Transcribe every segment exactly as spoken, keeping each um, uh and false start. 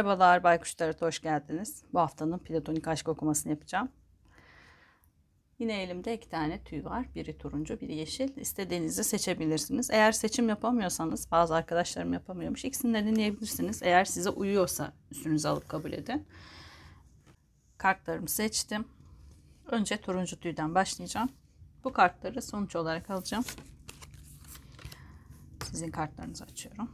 Merhabalar Baykuş Tarot'a hoş geldiniz. Bu haftanın platonik aşk okumasını yapacağım. Yine elimde iki tane tüy var. Biri turuncu, biri yeşil. İstediğinizi seçebilirsiniz. Eğer seçim yapamıyorsanız, bazı arkadaşlarım yapamıyormuş, ikisini de deneyebilirsiniz. Eğer size uyuyorsa üstünüze alıp kabul edin. Kartlarımı seçtim. Önce turuncu tüyden başlayacağım. Bu kartları sonuç olarak alacağım. Sizin kartlarınızı açıyorum.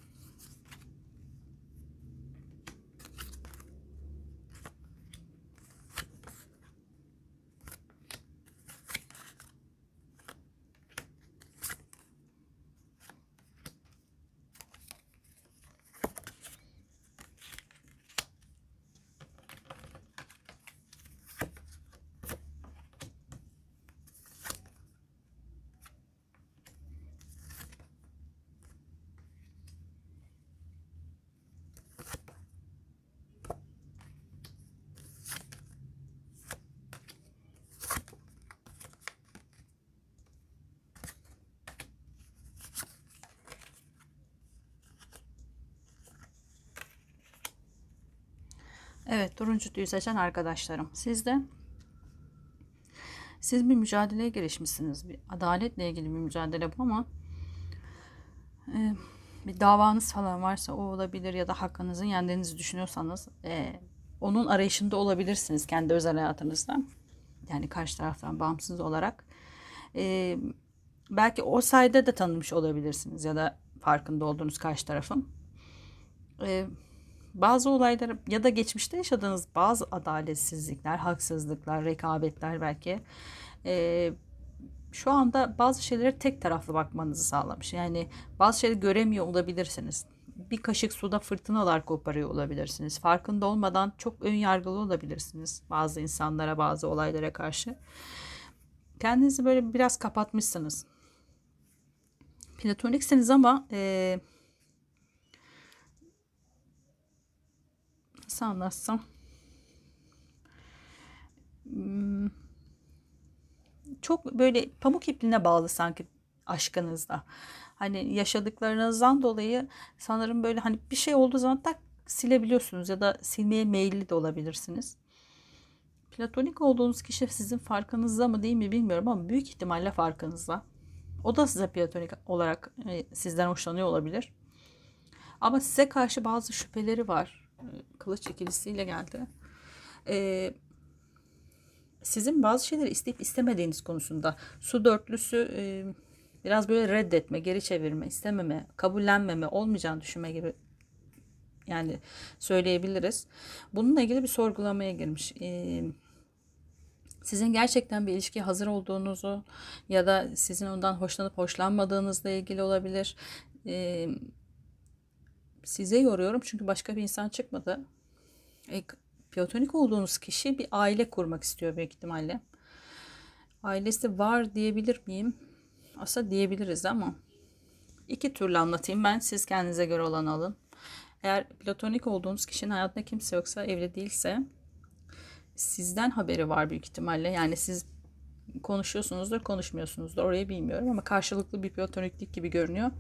Evet, turuncu tüyü seçen arkadaşlarım. Siz de siz bir mücadeleye girişmişsiniz. Bir adaletle ilgili bir mücadele bu ama e, bir davanız falan varsa o olabilir ya da hakkınızın yendiğinizi düşünüyorsanız e, onun arayışında olabilirsiniz kendi özel hayatınızda. Yani karşı taraftan bağımsız olarak. E, belki o sayede de tanımış olabilirsiniz ya da farkında olduğunuz karşı tarafın. E, bazı olayları ya da geçmişte yaşadığınız bazı adaletsizlikler, haksızlıklar, rekabetler belki e, şu anda bazı şeylere tek taraflı bakmanızı sağlamış. Yani bazı şeyleri göremiyor olabilirsiniz. Bir kaşık suda fırtınalar koparıyor olabilirsiniz. Farkında olmadan çok ön yargılı olabilirsiniz bazı insanlara, bazı olaylara karşı. Kendinizi böyle biraz kapatmışsınız. Platoniksiniz ama e, nasıl anlatsam? Hmm, çok böyle pamuk ipliğine bağlı sanki aşkınızda. Hani yaşadıklarınızdan dolayı sanırım böyle hani bir şey olduğu zaman tak silebiliyorsunuz ya da silmeye meyilli de olabilirsiniz. Platonik olduğunuz kişi sizin farkınızda mı değil mi bilmiyorum ama büyük ihtimalle farkınızda. O da size platonik olarak e, sizden hoşlanıyor olabilir. Ama size karşı bazı şüpheleri var. E, Kılıç ikilisiyle geldi. E, sizin bazı şeyleri isteyip istemediğiniz konusunda su dörtlüsü e, biraz böyle reddetme, geri çevirme, istememe, kabullenmeme, olmayacağını düşünme gibi yani söyleyebiliriz. Bununla ilgili bir sorgulamaya girmiş. E, sizin gerçekten bir ilişkiye hazır olduğunuzu ya da sizin ondan hoşlanıp hoşlanmadığınızla ilgili olabilir. E, size yoruyorum çünkü başka bir insan çıkmadı. E, platonik olduğunuz kişi bir aile kurmak istiyor büyük ihtimalle. Ailesi var diyebilir miyim? Aslında diyebiliriz ama iki türlü anlatayım ben. Siz kendinize göre olanı alın. Eğer platonik olduğunuz kişinin hayatında kimse yoksa, evli değilse sizden haberi var büyük ihtimalle. Yani siz konuşuyorsunuzdur, konuşmuyorsunuzdur. Orayı bilmiyorum ama karşılıklı bir platoniklik gibi görünüyor.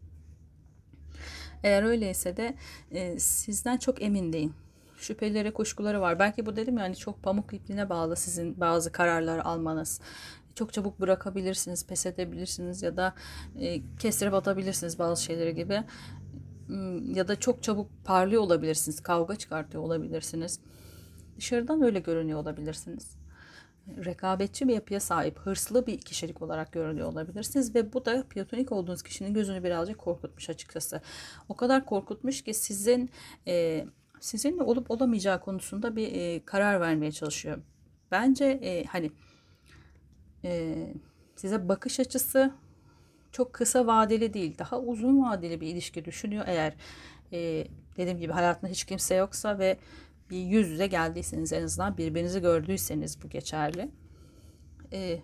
Eğer öyleyse de e, sizden çok emin değil. Şüpheleri, kuşkuları var. Belki bu dedim yani çok pamuk ipliğine bağlı sizin bazı kararlar almanız. Çok çabuk bırakabilirsiniz, pes edebilirsiniz ya da e, kestirip atabilirsiniz bazı şeyleri gibi. Ya da çok çabuk parlıyor olabilirsiniz, kavga çıkartıyor olabilirsiniz. Dışarıdan öyle görünüyor olabilirsiniz. Rekabetçi bir yapıya sahip, hırslı bir kişilik olarak görünüyor olabilirsiniz ve bu da platonik olduğunuz kişinin gözünü birazcık korkutmuş açıkçası. O kadar korkutmuş ki sizin e, sizinle olup olamayacağı konusunda bir e, karar vermeye çalışıyor. Bence e, hani e, size bakış açısı çok kısa vadeli değil, daha uzun vadeli bir ilişki düşünüyor. Eğer e, dediğim gibi hayatında hiç kimse yoksa ve bir yüz yüze geldiyseniz, en azından birbirinizi gördüyseniz bu geçerli. E,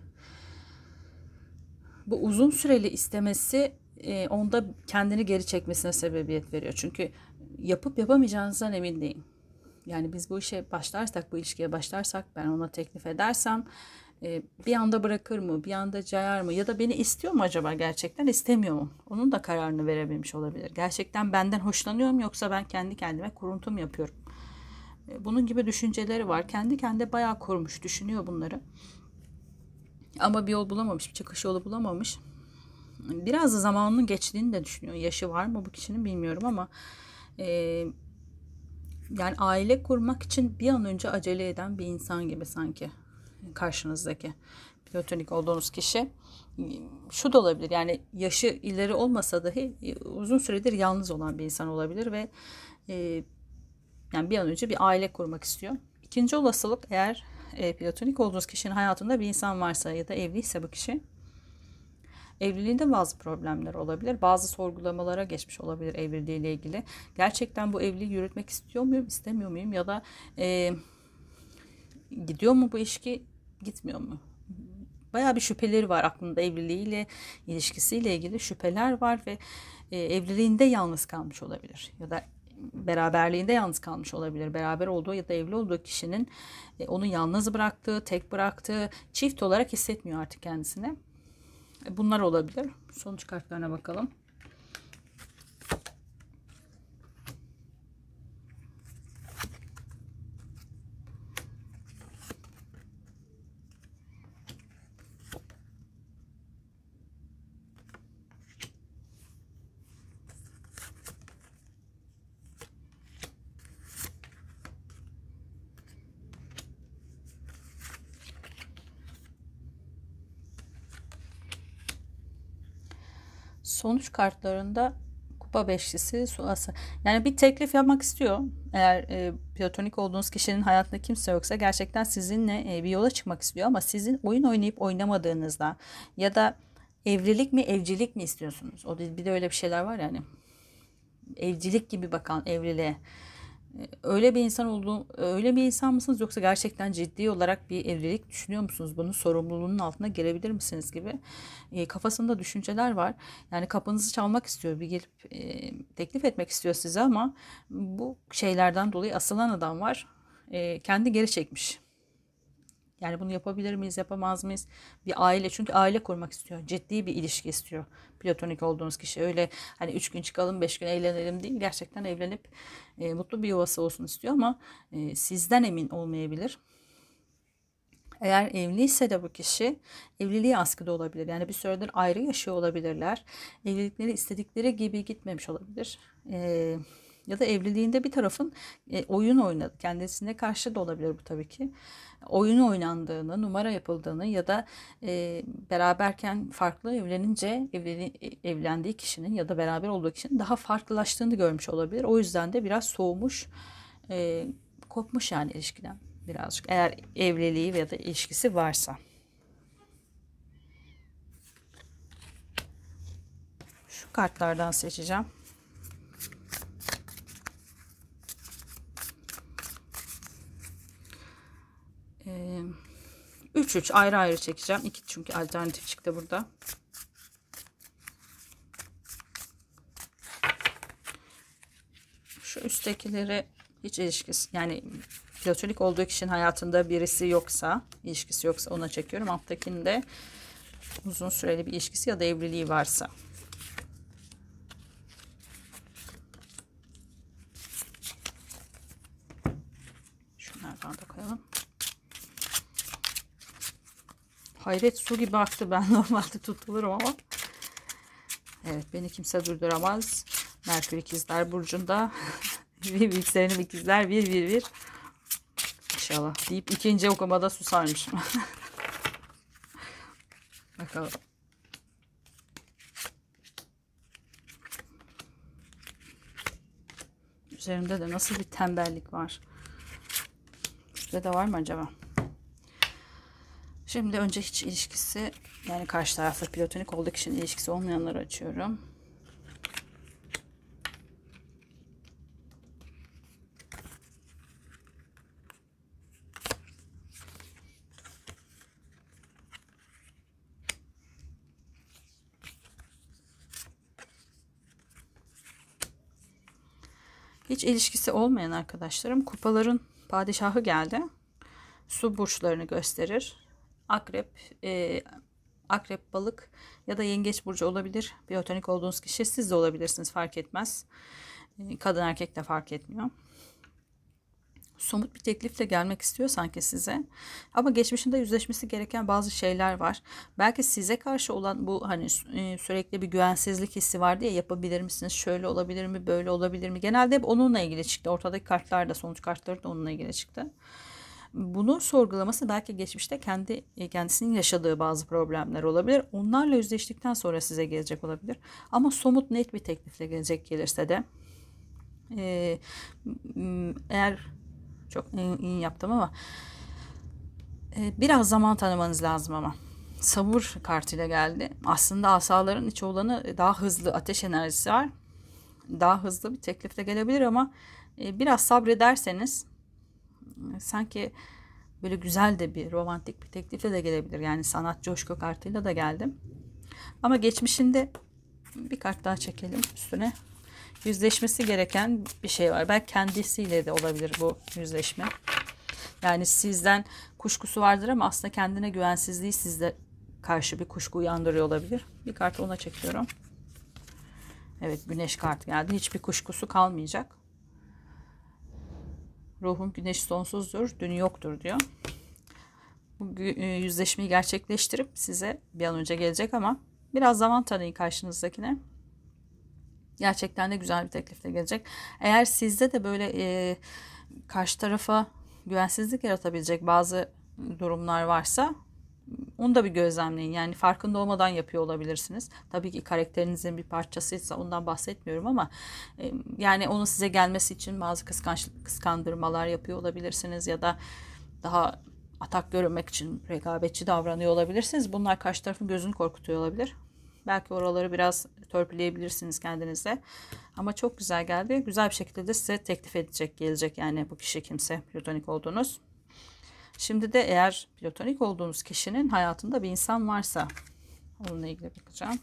bu uzun süreli istemesi e, onda kendini geri çekmesine sebebiyet veriyor. Çünkü yapıp yapamayacağınızdan emin değil. Yani biz bu işe başlarsak, bu ilişkiye başlarsak, ben ona teklif edersem E, bir anda bırakır mı, bir anda cayar mı, ya da beni istiyor mu acaba, gerçekten istemiyor mu? Onun da kararını verememiş olabilir. Gerçekten benden hoşlanıyor mu, yoksa ben kendi kendime kuruntu mu yapıyorum? E, bunun gibi düşünceleri var. Kendi kendine bayağı kurmuş, düşünüyor bunları. Ama bir yol bulamamış, bir çıkış yolu bulamamış. Biraz da zamanının geçtiğini de düşünüyor. Yaşı var mı bu kişinin bilmiyorum ama e, yani aile kurmak için bir an önce acele eden bir insan gibi sanki karşınızdaki platonik olduğunuz kişi. Şu da olabilir, yani yaşı ileri olmasa dahi uzun süredir yalnız olan bir insan olabilir ve e, yani bir an önce bir aile kurmak istiyor. İkinci olasılık, eğer e, platonik olduğunuz kişinin hayatında bir insan varsa ya da evliyse bu kişi, evliliğinde bazı problemler olabilir. Bazı sorgulamalara geçmiş olabilir evliliğiyle ilgili. Gerçekten bu evliliği yürütmek istiyor muyum, istemiyor muyum, ya da e, gidiyor mu bu ilişki, gitmiyor mu? Bayağı bir şüpheleri var aklında, evliliğiyle, ilişkisiyle ilgili şüpheler var ve e, evliliğinde yalnız kalmış olabilir ya da beraberliğinde yalnız kalmış olabilir. Beraber olduğu ya da evli olduğu kişinin e, onu yalnız bıraktığı, tek bıraktığı, çift olarak hissetmiyor artık kendisini. E, bunlar olabilir. Sonuç kartlarına bakalım. Sonuç kartlarında kupa beşlisi, su ası. Yani bir teklif yapmak istiyor. Eğer e, platonik olduğunuz kişinin hayatında kimse yoksa, gerçekten sizinle e, bir yola çıkmak istiyor, ama sizin oyun oynayıp oynamadığınızda, ya da evlilik mi evcilik mi istiyorsunuz? O bir de öyle bir şeyler var yani. Evcilik gibi bakan evliliğe. Öyle bir insan olduğu, öyle bir insan mısınız, yoksa gerçekten ciddi olarak bir evlilik düşünüyor musunuz? Bunun sorumluluğunun altına gelebilir misiniz gibi e, kafasında düşünceler var. Yani kapınızı çalmak istiyor, bir gelip e, teklif etmek istiyor size, ama bu şeylerden dolayı asılan adam var. E, kendi geri çekmiş. Yani bunu yapabilir miyiz, yapamaz mıyız? Bir aile, çünkü aile kurmak istiyor. Ciddi bir ilişki istiyor. Platonik olduğunuz kişi öyle hani üç gün çıkalım, beş gün eğlenelim değil. Gerçekten evlenip e, mutlu bir yuvası olsun istiyor, ama e, sizden emin olmayabilir. Eğer evliyse de bu kişi, evliliği askıda olabilir. Yani bir süredir ayrı yaşıyor olabilirler. Evlilikleri istedikleri gibi gitmemiş olabilir. Ee, ya da evliliğinde bir tarafın e, oyun oynadı. Kendisine karşı da olabilir bu tabii ki. Oyun oynandığını, numara yapıldığını, ya da e, beraberken farklı, evlenince evleni, evlendiği kişinin ya da beraber olduğu kişinin daha farklılaştığını görmüş olabilir. O yüzden de biraz soğumuş, e, kopmuş yani ilişkiden birazcık. Eğer evliliği ya da ilişkisi varsa. Şu kartlardan seçeceğim. Ee, üç üç ayrı ayrı çekeceğim. iki çünkü alternatif çıktı burada. Şu üsttekileri hiç ilişkisi, yani platonik olduğu kişinin hayatında birisi yoksa, ilişkisi yoksa ona çekiyorum. Alttakinde uzun süreli bir ilişkisi ya da evliliği varsa. Şunlardan da koyalım. Hayret, su gibi aktı. Ben normalde tutulurum ama. Evet, beni kimse durduramaz. Merkür İkizler Burcu'nda. Ve yükselenim ikizler, bir bir bir. İnşallah deyip ikinci okumada susarmışım. Bakalım. Üzerimde de nasıl bir tembellik var. Şurada da var mı acaba? Şimdi önce hiç ilişkisi, yani karşı tarafta platonik olduğu kişinin ilişkisi olmayanları açıyorum. Hiç ilişkisi olmayan arkadaşlarım, kupaların padişahı geldi. Su burçlarını gösterir. akrep, e, akrep, balık ya da yengeç burcu olabilir. Platonik olduğunuz kişi siz de olabilirsiniz, fark etmez. E, kadın erkek de fark etmiyor. Somut bir teklifle gelmek istiyor sanki size. Ama geçmişinde yüzleşmesi gereken bazı şeyler var. Belki size karşı olan bu hani e, sürekli bir güvensizlik hissi var diye, yapabilir misiniz? Şöyle olabilir mi? Böyle olabilir mi? Genelde hep onunla ilgili çıktı. Ortadaki kartlar da, sonuç kartları da onunla ilgili çıktı. Bunu sorgulaması belki geçmişte kendi e, kendisinin yaşadığı bazı problemler olabilir. Onlarla yüzleştikten sonra size gelecek olabilir. Ama somut, net bir teklifle gelecek, gelirse de e, eğer çok iyi, iyi yaptım ama e, biraz zaman tanımanız lazım ama. Sabır kartıyla geldi. Aslında asaların iç olanı daha hızlı, ateş enerjisi var. Daha hızlı bir teklifle gelebilir ama e, biraz sabrederseniz e, sanki böyle güzel de bir romantik bir teklifle de gelebilir. Yani sanat coşku kartıyla da geldim. Ama geçmişinde bir kart daha çekelim üstüne. Yüzleşmesi gereken bir şey var. Belki kendisiyle de olabilir bu yüzleşme. Yani sizden kuşkusu vardır ama aslında kendine güvensizliği sizde karşı bir kuşku uyandırıyor olabilir. Bir kart ona çekiyorum. Evet, güneş kartı geldi. Hiçbir kuşkusu kalmayacak. Ruhun güneşi sonsuzdur, dün yoktur diyor. Bu yüzleşmeyi gerçekleştirip size bir an önce gelecek ama biraz zaman tanıyın karşınızdakine. Gerçekten de güzel bir teklifle gelecek. Eğer sizde de böyle e, karşı tarafa güvensizlik yaratabilecek bazı durumlar varsa onu da bir gözlemleyin. Yani farkında olmadan yapıyor olabilirsiniz. Tabii ki karakterinizin bir parçasıysa ondan bahsetmiyorum ama e, yani onun size gelmesi için bazı kıskanç, kıskandırmalar yapıyor olabilirsiniz ya da daha atak görünmek için rekabetçi davranıyor olabilirsiniz. Bunlar karşı tarafın gözünü korkutuyor olabilir. Belki oraları biraz törpüleyebilirsiniz kendinize. Ama çok güzel geldi. Güzel bir şekilde de size teklif edecek, gelecek yani bu kişi kimse, platonik olduğunuz. Şimdi de eğer platonik olduğunuz kişinin hayatında bir insan varsa onunla ilgili bakacağım.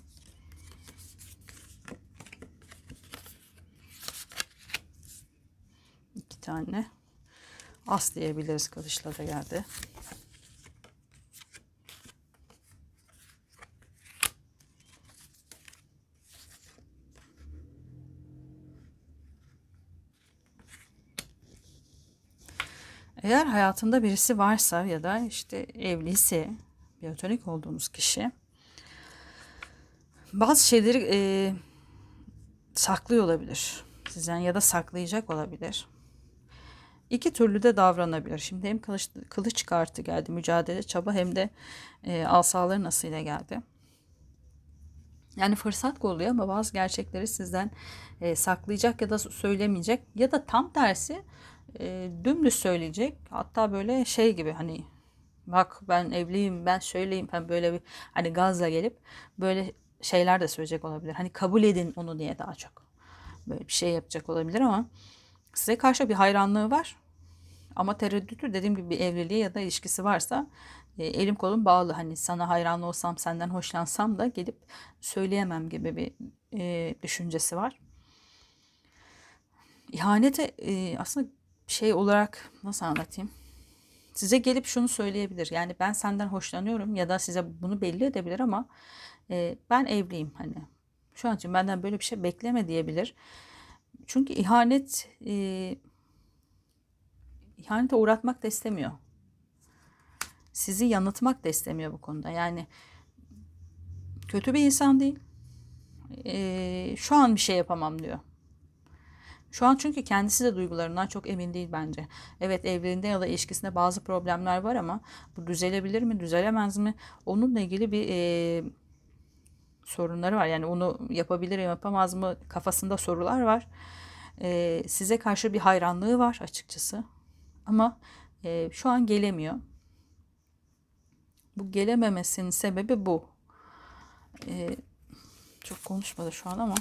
İki tane as diyebiliriz. Kılıçla da geldi. Eğer hayatında birisi varsa ya da işte evliyse, platonik olduğunuz kişi bazı şeyleri e, saklıyor olabilir sizden ya da saklayacak olabilir. İki türlü de davranabilir. Şimdi hem kılıç, kılıç kartı geldi, mücadele, çaba, hem de e, asaların asıyla geldi. Yani fırsat kolluyor ama bazı gerçekleri sizden e, saklayacak ya da söylemeyecek ya da tam tersi e, dümdüz söyleyecek. Hatta böyle şey gibi, hani bak ben evliyim, ben şöyleyim, ben böyle bir hani gazla gelip böyle şeyler de söyleyecek olabilir. Hani kabul edin onu diye daha çok böyle bir şey yapacak olabilir ama size karşı bir hayranlığı var. Ama tereddütü, dediğim gibi bir evliliği ya da ilişkisi varsa e, elim kolum bağlı. Hani sana hayran olsam, senden hoşlansam da gelip söyleyemem gibi bir e, düşüncesi var. İhanete e, aslında şey olarak nasıl anlatayım? Size gelip şunu söyleyebilir. Yani ben senden hoşlanıyorum ya da size bunu belli edebilir ama e, ben evliyim hani. Şu an için benden böyle bir şey bekleme diyebilir. Çünkü ihanet e, ihanete uğratmak da istemiyor. Sizi yanıltmak da istemiyor bu konuda. Yani kötü bir insan değil. Ee, şu an bir şey yapamam diyor. Şu an çünkü kendisi de duygularından çok emin değil bence. Evet, evliliğinde ya da ilişkisinde bazı problemler var ama bu düzelebilir mi, düzelemez mi? Onunla ilgili bir e, sorunları var. Yani onu yapabilir mi, yapamaz mı? Kafasında sorular var. E, size karşı bir hayranlığı var açıkçası. Ama e, şu an gelemiyor. Bu gelememesinin sebebi bu. E, çok konuşmadı şu an ama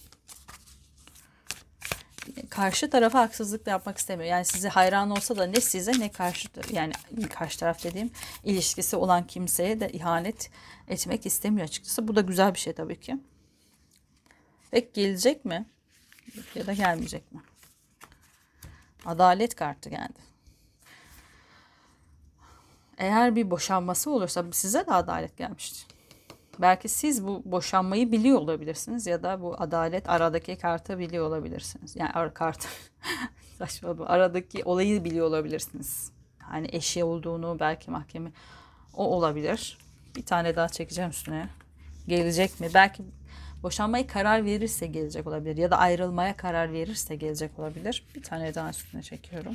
karşı tarafa haksızlık da yapmak istemiyor. Yani size hayran olsa da ne size ne karşı, yani karşı taraf dediğim ilişkisi olan kimseye de ihanet etmek istemiyor açıkçası. Bu da güzel bir şey tabii ki. Peki gelecek mi? Ya da gelmeyecek mi? Adalet kartı geldi. Eğer bir boşanması olursa size de adalet gelmiştir. Belki siz bu boşanmayı biliyor olabilirsiniz ya da bu adalet aradaki kartı biliyor olabilirsiniz. Yani ar kartı saçma bu. Aradaki olayı biliyor olabilirsiniz. Hani eşi olduğunu belki mahkeme o olabilir. Bir tane daha çekeceğim üstüne. Gelecek mi? Belki boşanmaya karar verirse gelecek olabilir ya da ayrılmaya karar verirse gelecek olabilir. Bir tane daha üstüne çekiyorum.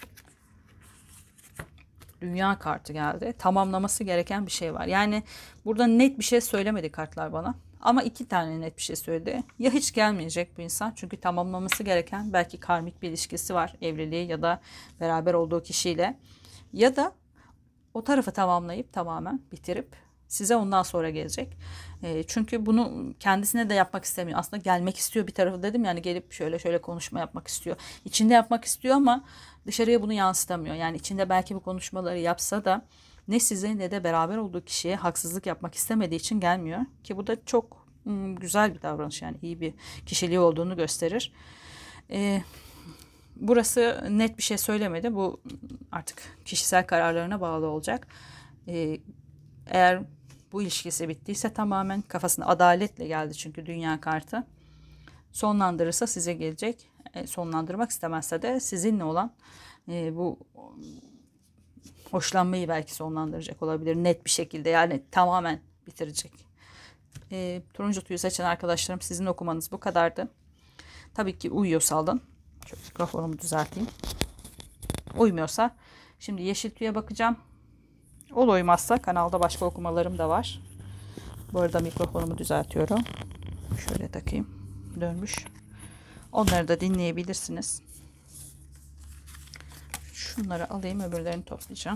Dünya kartı geldi. Tamamlaması gereken bir şey var. Yani burada net bir şey söylemedi kartlar bana. Ama iki tane net bir şey söyledi. Ya hiç gelmeyecek bu insan. Çünkü tamamlaması gereken belki karmik bir ilişkisi var. Evliliği ya da beraber olduğu kişiyle. Ya da o tarafı tamamlayıp tamamen bitirip size ondan sonra gelecek. E, çünkü bunu kendisine de yapmak istemiyor. Aslında gelmek istiyor bir tarafı dedim yani gelip şöyle şöyle konuşma yapmak istiyor. İçinde yapmak istiyor ama dışarıya bunu yansıtamıyor. Yani içinde belki bu konuşmaları yapsa da ne size ne de beraber olduğu kişiye haksızlık yapmak istemediği için gelmiyor. Ki bu da çok ım, güzel bir davranış yani iyi bir kişiliği olduğunu gösterir. E, Burası net bir şey söylemedi. Bu artık kişisel kararlarına bağlı olacak. Ee, eğer bu ilişkisi bittiyse tamamen kafasında adaletle geldi çünkü dünya kartı. Sonlandırırsa size gelecek. E, sonlandırmak istemezse de sizinle olan e, bu hoşlanmayı belki sonlandıracak olabilir. Net bir şekilde yani tamamen bitirecek. E, turuncu tüyü seçen arkadaşlarım sizin okumanız bu kadardı. Tabii ki uyuyorsa alın. Şöyle mikrofonumu düzelteyim. Uymuyorsa şimdi yeşil tüye bakacağım. O da uymazsa kanalda başka okumalarım da var. Bu arada mikrofonumu düzeltiyorum. Şöyle takayım. Dönmüş. Onları da dinleyebilirsiniz. Şunları alayım, öbürlerini toplayacağım.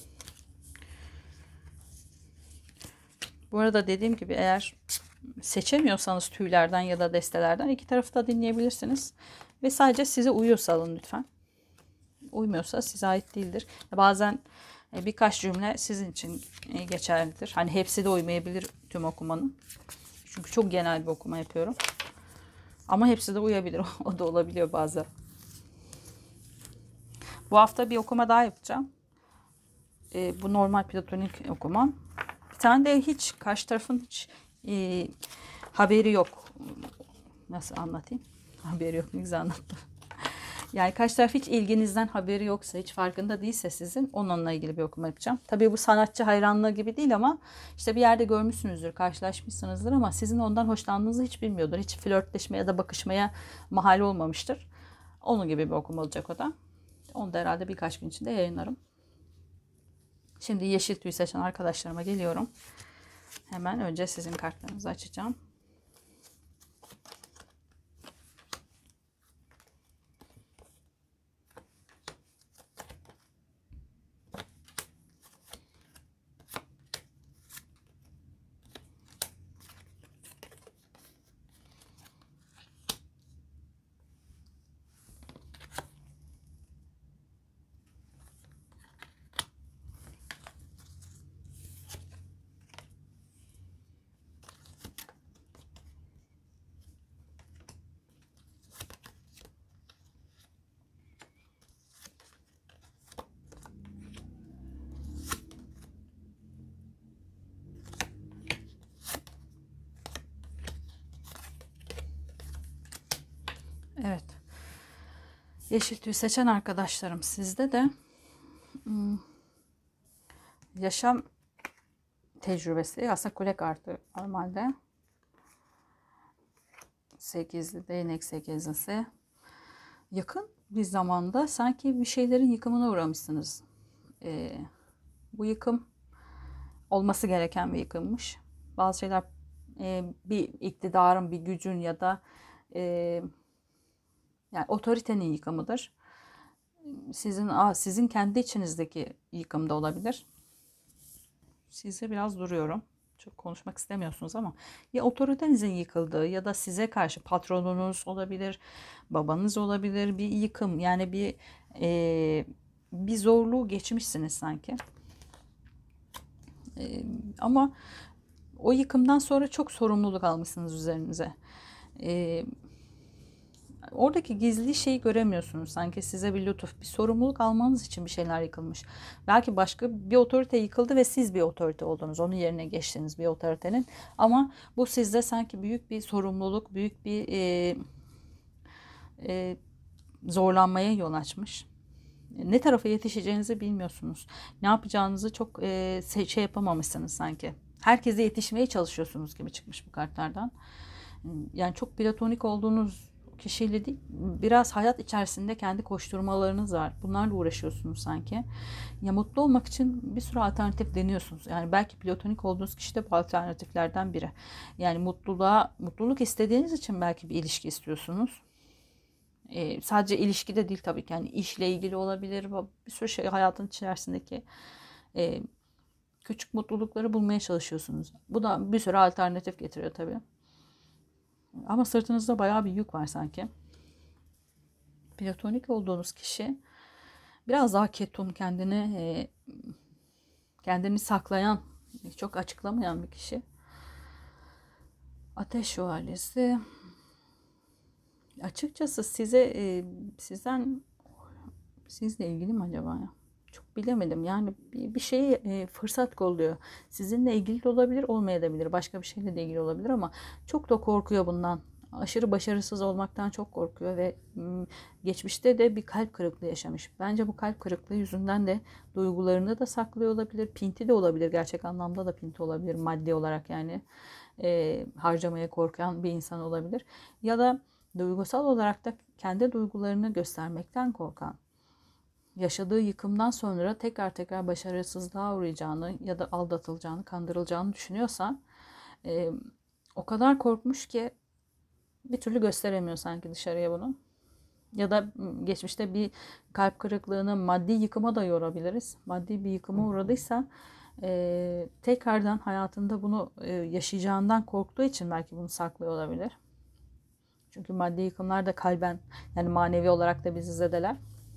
Bu arada dediğim gibi eğer seçemiyorsanız tüylerden ya da destelerden iki tarafı da dinleyebilirsiniz. Ve sadece size uyuyorsa alın lütfen. Uymuyorsa size ait değildir. Bazen birkaç cümle sizin için geçerlidir. Hani hepsi de uymayabilir tüm okumanın. Çünkü çok genel bir okuma yapıyorum. Ama hepsi de uyabilir. O da olabiliyor bazen. Bu hafta bir okuma daha yapacağım. E, bu normal platonik okuma. Bir tane de hiç karşı tarafın hiç e, haberi yok. Nasıl anlatayım? Haberi yok. Ne güzel anlattım. Yani karşı taraf hiç ilginizden haberi yoksa, hiç farkında değilse sizin onunla ilgili bir okuma yapacağım. Tabii bu sanatçı hayranlığı gibi değil ama işte bir yerde görmüşsünüzdür, karşılaşmışsınızdır ama sizin ondan hoşlandığınızı hiç bilmiyordur. Hiç flörtleşmeye ya da bakışmaya mahal olmamıştır. Onun gibi bir okuma olacak o da. Onu da herhalde birkaç gün içinde yayınlarım. Şimdi yeşil tüy seçen arkadaşlarıma geliyorum. Hemen önce sizin kartlarınızı açacağım. Evet. Yeşil tüy seçen arkadaşlarım sizde de hmm, yaşam tecrübesi aslında kule kartı normalde. sekizli değnek sekizlisi. Yakın bir zamanda sanki bir şeylerin yıkımına uğramışsınız. Ee, bu yıkım olması gereken bir yıkımmış. Bazı şeyler e, bir iktidarın, bir gücün ya da e, yani otoritenin yıkımıdır. Sizin sizin kendi içinizdeki yıkım da olabilir. Size biraz duruyorum. Çok konuşmak istemiyorsunuz ama ya otoritenizin yıkıldığı ya da size karşı patronunuz olabilir, babanız olabilir, bir yıkım yani bir e, bir zorluğu geçmişsiniz sanki. E, ama o yıkımdan sonra çok sorumluluk almışsınız üzerinize. E, Oradaki gizli şeyi göremiyorsunuz. Sanki size bir lütuf, bir sorumluluk almanız için bir şeyler yıkılmış. Belki başka bir otorite yıkıldı ve siz bir otorite oldunuz. Onun yerine geçtiniz bir otoritenin. Ama bu sizde sanki büyük bir sorumluluk, büyük bir e, e, zorlanmaya yol açmış. Ne tarafa yetişeceğinizi bilmiyorsunuz. Ne yapacağınızı çok e, şey yapamamışsınız sanki. Herkese yetişmeye çalışıyorsunuz gibi çıkmış bu kartlardan. Yani çok platonik olduğunuz kişiyle değil, biraz hayat içerisinde kendi koşturmalarınız var. Bunlarla uğraşıyorsunuz sanki. Ya mutlu olmak için bir sürü alternatif deniyorsunuz. Yani belki platonik olduğunuz kişi de bu alternatiflerden biri. Yani mutluluğa, mutluluk istediğiniz için belki bir ilişki istiyorsunuz. Ee, sadece ilişkide değil tabii ki. Yani işle ilgili olabilir. Bir sürü şey hayatın içerisindeki e, küçük mutlulukları bulmaya çalışıyorsunuz. Bu da bir sürü alternatif getiriyor tabii. Ama sırtınızda bayağı bir yük var sanki. Platonik olduğunuz kişi biraz daha ketum, kendini e, kendini saklayan, çok açıklamayan bir kişi. Ateş şövalyesi. Açıkçası size e, sizden sizle ilgili mi acaba ya? Çok bilemedim. Yani bir, bir şey e, fırsat kolluyor. Sizinle ilgili de olabilir, olmayabilir. Başka bir şeyle de ilgili olabilir ama çok da korkuyor bundan. Aşırı başarısız olmaktan çok korkuyor ve m, geçmişte de bir kalp kırıklığı yaşamış. Bence bu kalp kırıklığı yüzünden de duygularını da saklıyor olabilir. Pinti de olabilir. Gerçek anlamda da pinti olabilir. Maddi olarak yani e, harcamaya korkan bir insan olabilir. Ya da duygusal olarak da kendi duygularını göstermekten korkan, yaşadığı yıkımdan sonra tekrar tekrar başarısızlığa uğrayacağını ya da aldatılacağını, kandırılacağını düşünüyorsa e, o kadar korkmuş ki bir türlü gösteremiyor sanki dışarıya bunu. Ya da geçmişte bir kalp kırıklığını maddi yıkıma da yorabiliriz. Maddi bir yıkıma uğradıysa e, tekrardan hayatında bunu e, yaşayacağından korktuğu için belki bunu saklıyor olabilir. Çünkü maddi yıkımlar da kalben, yani manevi olarak da bizi zedeler.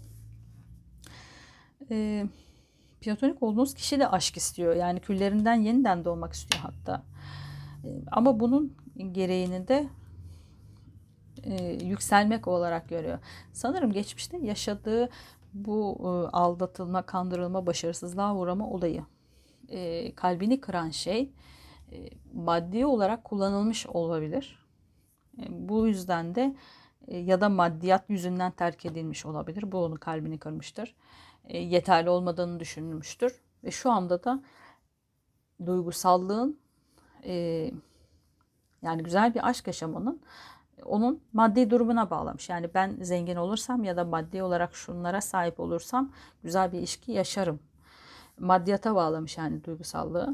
E, Platonik olduğunuz kişi de aşk istiyor. Yani küllerinden yeniden doğmak istiyor hatta. E, ama bunun gereğini de e, yükselmek olarak görüyor. Sanırım geçmişte yaşadığı bu e, aldatılma, kandırılma, başarısızlığa uğrama olayı, e, kalbini kıran şey e, maddi olarak kullanılmış olabilir. E, bu yüzden de e, ya da maddiyat yüzünden terk edilmiş olabilir. Bu onun kalbini kırmıştır. E, yeterli olmadığını düşünmüştür. Ve şu anda da duygusallığın e, yani güzel bir aşk yaşamanın onun maddi durumuna bağlamış. Yani ben zengin olursam ya da maddi olarak şunlara sahip olursam güzel bir ilişki yaşarım. Maddiyata bağlamış yani duygusallığı.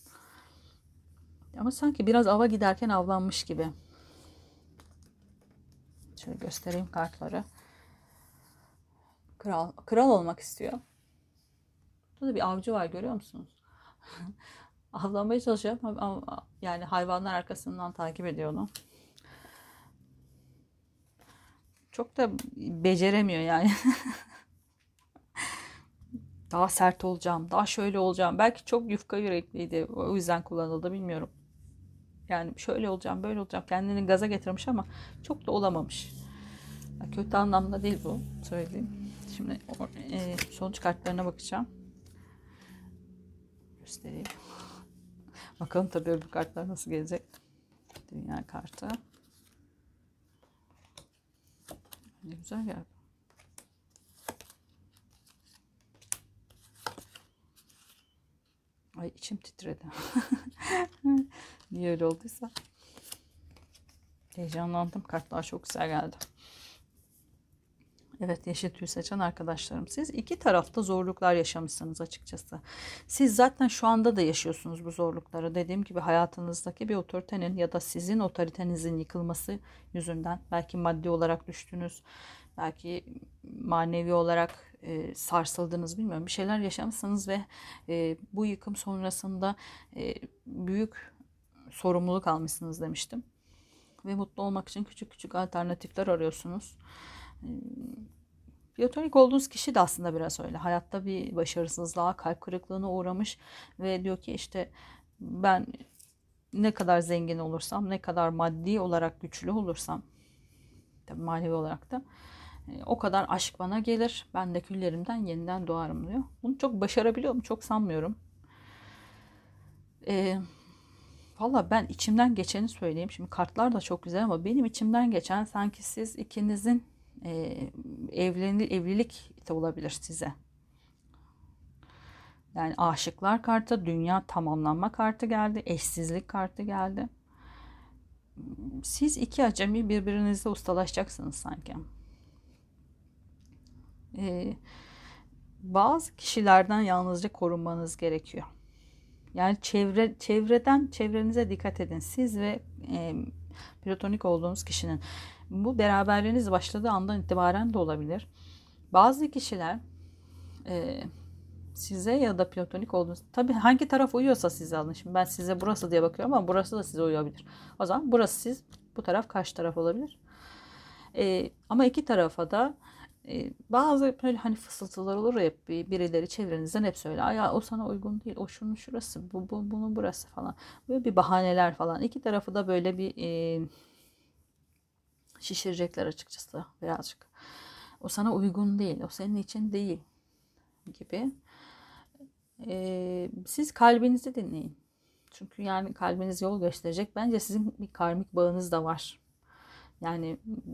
Ama sanki biraz ava giderken avlanmış gibi. Şöyle göstereyim kartları. Kral, kral olmak istiyor. Burada bir avcı var, görüyor musunuz? Avlanmaya çalışıyor ama yani hayvanlar arkasından takip ediyor onu. Çok da beceremiyor yani. Daha sert olacağım, daha şöyle olacağım. Belki çok yufka yürekliydi. O yüzden kullanıldı, bilmiyorum. Yani şöyle olacağım, böyle olacağım. Kendini gaza getirmiş ama çok da olamamış. Kötü anlamda değil bu, söyleyeyim. Şimdi e, sonuç kartlarına bakacağım. Göstereyim. Bakalım tabii öbür kartlar nasıl gelecek. Dünya kartı. Ne güzel geldi. Ay içim titredi. Niye öyle olduysa. Heyecanlandım. Kartlar çok güzel geldi. Evet, yeşil tüy seçen arkadaşlarım. Siz iki tarafta zorluklar yaşamışsınız açıkçası. Siz zaten şu anda da yaşıyorsunuz bu zorlukları. Dediğim gibi hayatınızdaki bir otoritenin ya da sizin otoritenizin yıkılması yüzünden belki maddi olarak düştünüz. Belki manevi olarak e, sarsıldınız, bilmiyorum. Bir şeyler yaşamışsınız ve e, bu yıkım sonrasında e, büyük sorumluluk almışsınız demiştim. Ve mutlu olmak için küçük küçük alternatifler arıyorsunuz. Platonik olduğunuz kişi de aslında biraz öyle. Hayatta bir başarısızlığa, kalp kırıklığına uğramış ve diyor ki işte ben ne kadar zengin olursam, ne kadar maddi olarak güçlü olursam Tabii manevi olarak da. E, o kadar aşk bana gelir. Ben de küllerimden yeniden doğarım diyor. Bunu çok başarabiliyor mu? Çok sanmıyorum. E, Valla ben içimden geçeni söyleyeyim. Şimdi kartlar da çok güzel ama benim içimden geçen sanki siz ikinizin e, evleni, evlilik de olabilir size. Yani aşıklar kartı, dünya tamamlanma kartı geldi, eşsizlik kartı geldi. Siz iki acemi birbirinizle ustalaşacaksınız sanki. Ee, Bazı kişilerden yalnızca korunmanız gerekiyor. Yani çevre çevreden çevrenize dikkat edin. Siz ve e, platonik olduğunuz kişinin. Bu beraberliğiniz başladığı andan itibaren de olabilir. Bazı kişiler e, size ya da platonik olduğunuz, tabii hangi taraf uyuyorsa size alın. Şimdi ben size burası diye bakıyorum ama burası da size uyabilir. O zaman burası siz, bu taraf karşı taraf olabilir. Ee, ama iki tarafa da e, bazı böyle hani fısıltılar olur ya, hep birileri çevrenizden hep söyler. Ya o sana uygun değil, o şunun şurası, bu, bu bunun burası falan. Böyle bir bahaneler falan. İki tarafı da böyle bir e, şişirecekler açıkçası birazcık. O sana uygun değil, o senin için değil gibi. Ee, siz kalbinizi dinleyin. Çünkü yani kalbiniz yol gösterecek. Bence sizin bir karmik bağınız da var. Yani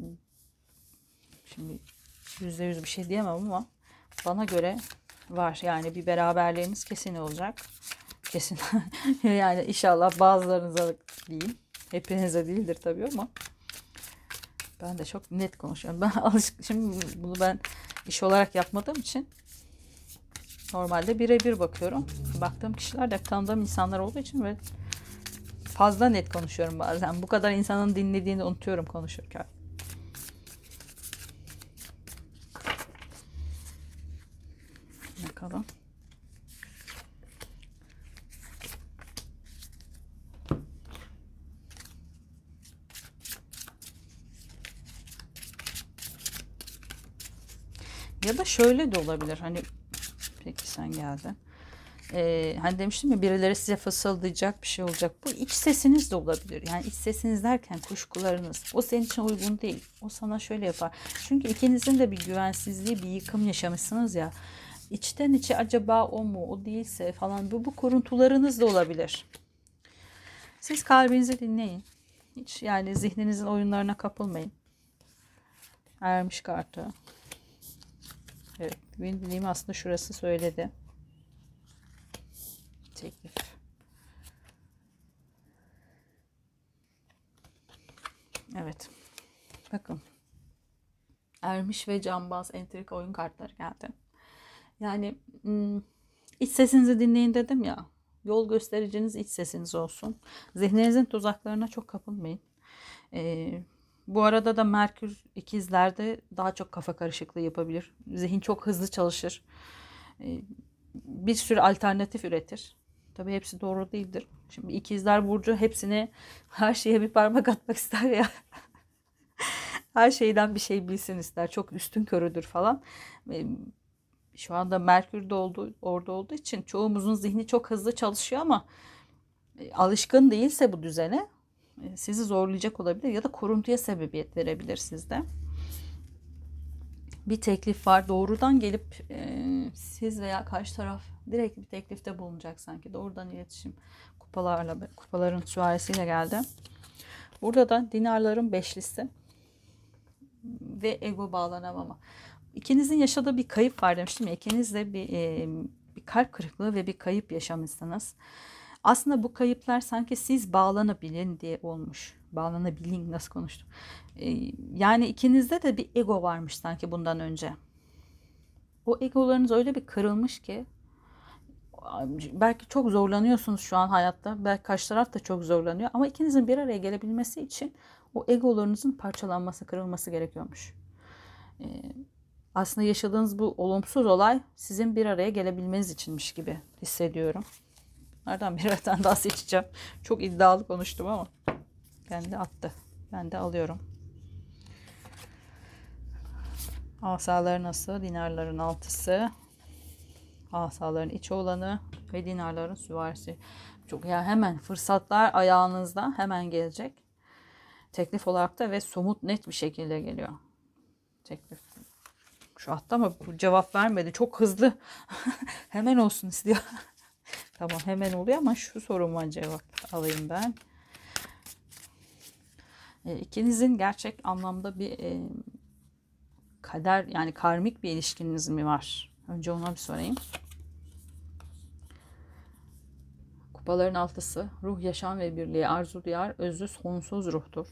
şimdi yüzde yüz bir şey diyemem ama bana göre var. Yani bir beraberliğiniz kesin olacak. Kesin. Yani inşallah bazılarınıza diyeyim. Hepinize değildir tabii ama ben de çok net konuşuyorum. Ben alışık, şimdi bunu ben iş olarak yapmadığım için normalde birebir bakıyorum. Baktığım kişiler de tanıdığım insanlar olduğu için ve fazla net konuşuyorum bazen. Bu kadar insanın dinlediğini unutuyorum konuşurken. Bakalım. Ya da şöyle de olabilir. Hani peki sen geldin. Ee, hani demiştim ya, birileri size fısıldayacak bir şey olacak. Bu iç sesiniz de olabilir. Yani iç sesiniz derken kuşkularınız. O senin için uygun değil. O sana şöyle yapar. Çünkü ikinizin de bir güvensizliği, bir yıkım yaşamışsınız ya. İçten içe acaba o mu, o değilse falan, bu, bu kuruntularınız da olabilir. Siz kalbinizi dinleyin. Hiç yani zihninizin oyunlarına kapılmayın. Ermiş kartı. Evet, benim dediğim aslında şurası söyledi. Teklif. Evet. Bakın. Ermiş ve Cambaz entrika oyun kartları geldi. Yani iç sesinizi dinleyin dedim ya. Yol göstericiniz iç sesiniz olsun. Zihninizin tuzaklarına çok kapılmayın. Ee, Bu arada da Merkür ikizlerde daha çok kafa karışıklığı yapabilir. Zihin çok hızlı çalışır. Ee, Bir sürü alternatif üretir. Tabii hepsi doğru değildir. Şimdi ikizler burcu hepsine, her şeye bir parmak atmak ister ya. Her şeyden bir şey bilsin ister. Çok üstün körüdür falan. Ee, Şu anda Merkür de oldu, orada olduğu için çoğumuzun zihni çok hızlı çalışıyor ama e, alışkın değilse bu düzene e, sizi zorlayacak olabilir ya da kuruntuya sebebiyet verebilir sizde. Bir teklif var, doğrudan gelip e, siz veya karşı taraf direkt bir teklifte bulunacak sanki. Doğrudan iletişim, kupalarla, kupaların süvarisiyle geldi. Burada da dinarların beşlisi ve ego bağlanamama. İkinizin yaşadığı bir kayıp var demiştim ya. İkiniz de bir, e, bir kalp kırıklığı ve bir kayıp yaşamışsınız. Aslında bu kayıplar sanki siz bağlanabilin diye olmuş. Bağlanabilin, nasıl konuştum. E, yani ikinizde de bir ego varmış sanki bundan önce. O egolarınız öyle bir kırılmış ki belki çok zorlanıyorsunuz şu an hayatta. Belki karşı taraf da çok zorlanıyor. Ama ikinizin bir araya gelebilmesi için o egolarınızın parçalanması, kırılması gerekiyormuş. E, Aslında yaşadığınız bu olumsuz olay sizin bir araya gelebilmeniz içinmiş gibi hissediyorum. Nereden bir tane daha seçeceğim. Çok iddialı konuştum ama ben de attı. Ben de alıyorum. Asaların nasıl? Dinarların altısı. Asaların iç olanı ve dinarların süvarisi. Çok ya, hemen fırsatlar ayağınızda hemen gelecek. Teklif olarak da ve somut net bir şekilde geliyor. Teklif. Şu hatta ama bu cevap vermedi. Çok hızlı. Hemen olsun istiyor. Tamam hemen oluyor ama şu soruma cevap alayım ben. E, ikinizin gerçek anlamda bir e, kader yani karmik bir ilişkiniz mi var? Önce ona bir sorayım. Kupaların altısı ruh, yaşam ve birliği arzu duyar, özü sonsuz ruhtur.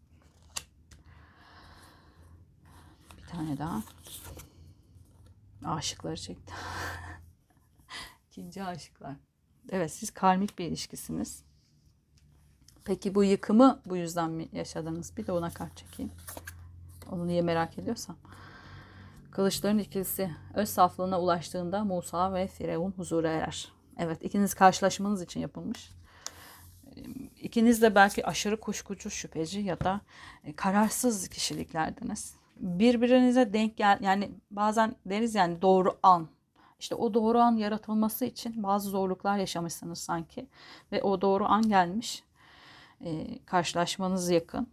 Bir tane daha. Aşıkları çekti. İkinci aşıklar. Evet siz karmik bir ilişkisiniz. Peki bu yıkımı bu yüzden mi yaşadınız? Bir de ona kart çekeyim. Onu niye merak ediyorsam. Kılıçların ikilisi öz saflığına ulaştığında Musa ve Firavun huzura erer. Evet ikiniz karşılaşmanız için yapılmış. İkiniz de belki aşırı kuşkucu, şüpheci ya da kararsız kişiliklerdiniz. Birbirinize denk gel yani bazen deriz yani doğru an. İşte o doğru an yaratılması için bazı zorluklar yaşamışsınız sanki ve o doğru an gelmiş. Ee, karşılaşmanız yakın.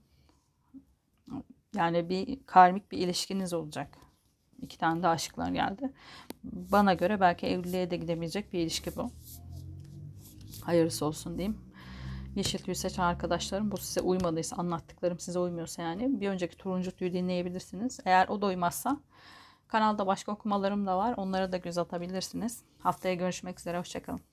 Yani bir karmik bir ilişkiniz olacak. İki tane de aşıklar geldi. Bana göre belki evliliğe de gidebilecek bir ilişki bu. Hayırlısı olsun diyeyim. Yeşil tüy seçen arkadaşlarım bu size uymadıysa, anlattıklarım size uymuyorsa yani bir önceki turuncu tüyü dinleyebilirsiniz. Eğer o da uymazsa kanalda başka okumalarım da var. Onlara da göz atabilirsiniz. Haftaya görüşmek üzere. Hoşçakalın.